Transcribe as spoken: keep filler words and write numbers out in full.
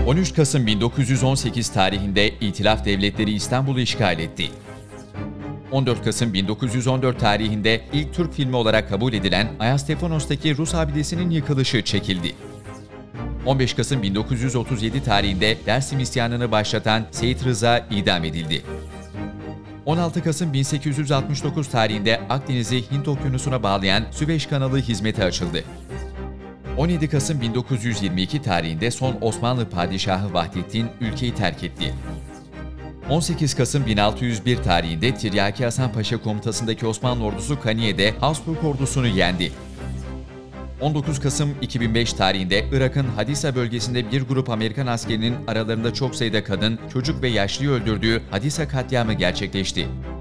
on üç Kasım bin dokuz yüz on sekiz tarihinde İtilaf Devletleri İstanbul'u işgal etti. on dört Kasım bin dokuz yüz on dört tarihinde ilk Türk filmi olarak kabul edilen Ayastefanos'taki Rus abidesinin yıkılışı çekildi. on beş Kasım bin dokuz yüz otuz yedi tarihinde Dersim isyanını başlatan Seyit Rıza idam edildi. on altı Kasım bin sekiz yüz altmış dokuz tarihinde Akdeniz'i Hint Okyanusu'na bağlayan Süveyş Kanalı hizmete açıldı. on yedi Kasım bin dokuz yüz yirmi iki tarihinde son Osmanlı Padişahı Vahdettin ülkeyi terk etti. on sekiz Kasım bin altı yüz bir tarihinde Tiryaki Hasan Paşa komutasındaki Osmanlı ordusu Kaniye'de Habsburg ordusunu yendi. on dokuz Kasım iki bin beş tarihinde Irak'ın Hadisa bölgesinde bir grup Amerikan askerinin aralarında çok sayıda kadın, çocuk ve yaşlıyı öldürdüğü Hadisa katliamı gerçekleşti.